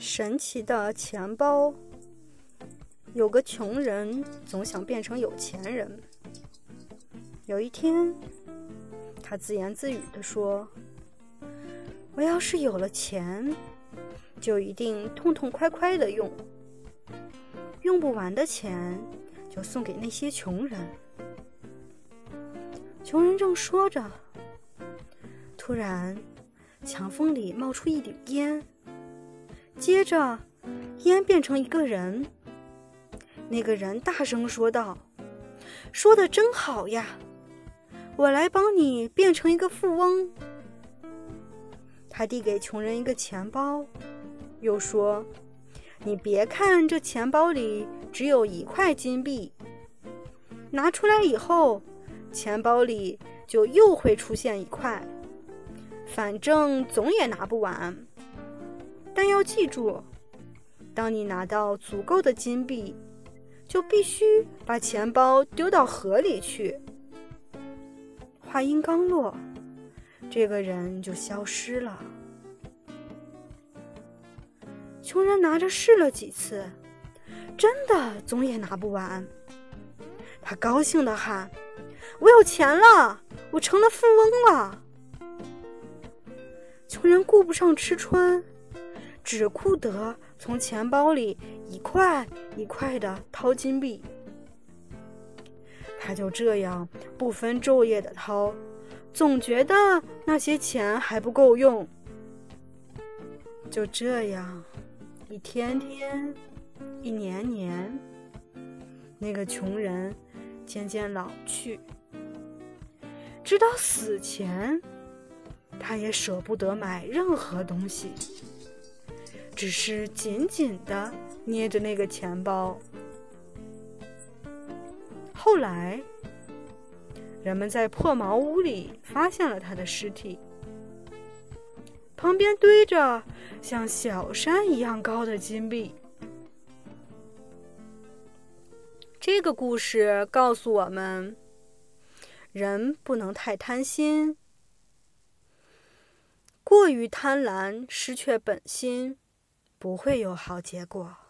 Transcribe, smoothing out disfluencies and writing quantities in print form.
神奇的钱包。有个穷人总想变成有钱人。有一天，他自言自语地说：“我要是有了钱，就一定痛痛快快地用，用不完的钱就送给那些穷人。”穷人正说着，突然墙缝里冒出一缕烟，接着烟变成一个人。那个人大声说道：“说得真好呀，我来帮你变成一个富翁。”他递给穷人一个钱包，又说：“你别看这钱包里只有1块金币，拿出来以后，钱包里就又会出现1块，反正总也拿不完。但要记住，当你拿到足够的金币，就必须把钱包丢到河里去。”话音刚落，这个人就消失了。穷人拿着试了几次，真的总也拿不完。他高兴地喊：“我有钱了，我成了富翁了！”穷人顾不上吃穿，只顾得从钱包里1块1块地掏金币。他就这样不分昼夜地掏，总觉得那些钱还不够用。就这样，一天天，一年年，那个穷人渐渐老去，直到死前，他也舍不得买任何东西，只是紧紧地捏着那个钱包。后来，人们在破茅屋里发现了他的尸体，旁边堆着像小山一样高的金币。这个故事告诉我们，人不能太贪心，过于贪婪失却本心，不会有好结果。